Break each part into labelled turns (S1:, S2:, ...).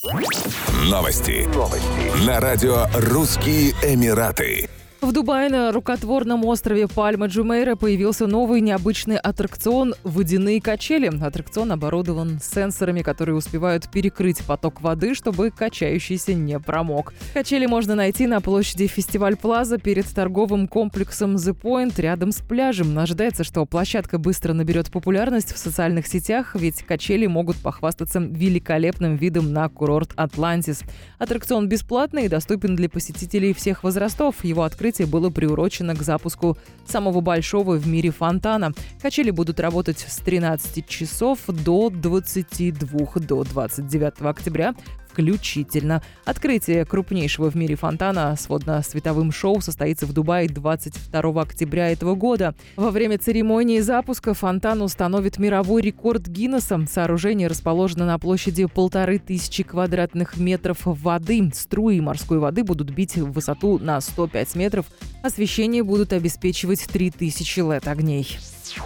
S1: Новости. На радио «Русские Эмираты».
S2: В Дубае на рукотворном острове Пальма-Джумейра появился новый необычный аттракцион «Водяные качели». Аттракцион оборудован сенсорами, которые успевают перекрыть поток воды, чтобы качающийся не промок. Качели можно найти на площади Фестиваль Плаза перед торговым комплексом The Point рядом с пляжем. Ожидается, что площадка быстро наберет популярность в социальных сетях, ведь качели могут похвастаться великолепным видом на курорт Атлантис. Аттракцион бесплатный и доступен для посетителей всех возрастов. Его открытие было приурочено к запуску самого большого в мире фонтана. Качели будут работать с 13 часов до 22 до 29 октября включительно. Открытие крупнейшего в мире фонтана с водно-световым шоу состоится в Дубае 22 октября этого года. Во время церемонии запуска фонтан установит мировой рекорд Гиннесса. Сооружение расположено на площади 1500 квадратных метров воды. Струи морской воды будут бить в высоту на 105 метров. Освещение будут обеспечивать 3000 LED-огней.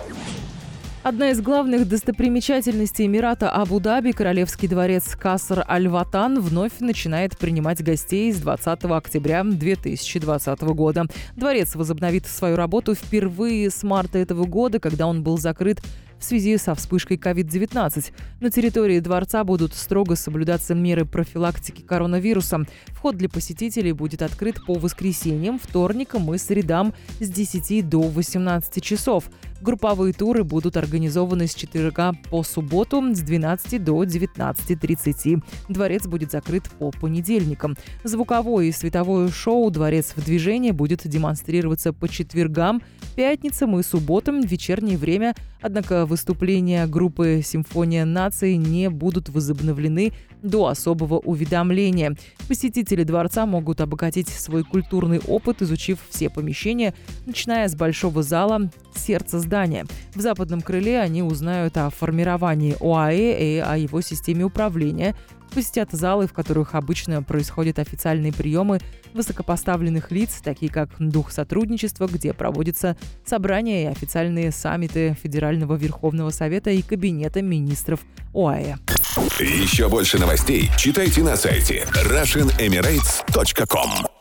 S2: Одна из главных достопримечательностей Эмирата Абу-Даби, королевский дворец Каср-Аль-Ватан, вновь начинает принимать гостей с 20 октября 2020 года. Дворец возобновит свою работу впервые с марта этого года, когда он был закрыт в связи со вспышкой COVID-19. На территории дворца будут строго соблюдаться меры профилактики коронавируса. Вход для посетителей будет открыт по воскресеньям, вторникам и средам с 10 до 18 часов. Групповые туры будут организованы с четверга по субботу с 12 до 19:30. Дворец будет закрыт по понедельникам. Звуковое и световое шоу «Дворец в движении» будет демонстрироваться по четвергам, пятницам и субботам в вечернее время. Однако выступления группы «Симфония нации» не будут возобновлены до особого уведомления. Посетители дворца могут обогатить свой культурный опыт, изучив все помещения, начиная с большого зала, сердца здания. В западном крыле они узнают о формировании ОАЭ и о его системе управления, посетят залы, в которых обычно происходят официальные приемы высокопоставленных лиц, такие как Дух сотрудничества, где проводятся собрания и официальные саммиты Федерального Верховного Совета и Кабинета министров ОАЭ.
S1: Еще больше новостей читайте на сайте RussianEmirates.com.